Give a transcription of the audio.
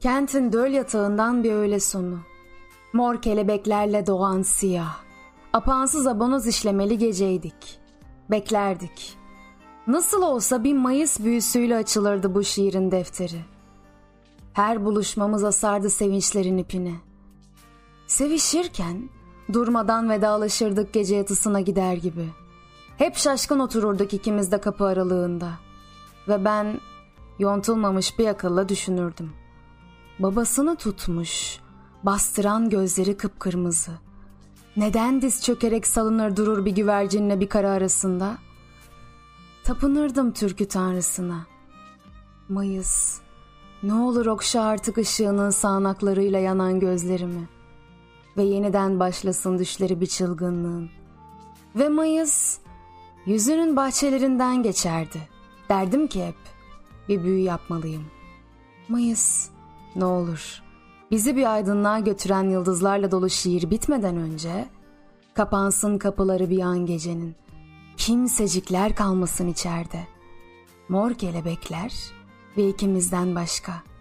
Kentin döl yatağından bir öğle sonu. Mor kelebeklerle doğan siyah, apansız abonoz işlemeli geceydik. Beklerdik. Nasıl olsa bir Mayıs büyüsüyle açılırdı bu şiirin defteri. Her buluşmamız asardı sevinçlerin ipine. Sevişirken durmadan vedalaşırdık gece yatısına gider gibi. Hep şaşkın otururduk ikimiz de kapı aralığında. Ve ben yontulmamış bir akılla düşünürdüm. Babasını tutmuş, bastıran gözleri kıpkırmızı. Neden diz çökerek salınır durur bir güvercinle bir kara arasında? Tapınırdım türkü tanrısına. Mayıs, ne olur okşa artık ışığının sağanaklarıyla yanan gözlerimi. Ve yeniden başlasın düşleri bir çılgınlığın. Ve Mayıs, yüzünün bahçelerinden geçerdi. Derdim ki hep, bir büyü yapmalıyım. Mayıs, ne olur, bizi bir aydınlığa götüren yıldızlarla dolu şiir bitmeden önce, kapansın kapıları bir an gecenin. Kimsecikler kalmasın içeride. Mor kelebekler ve ikimizden başka.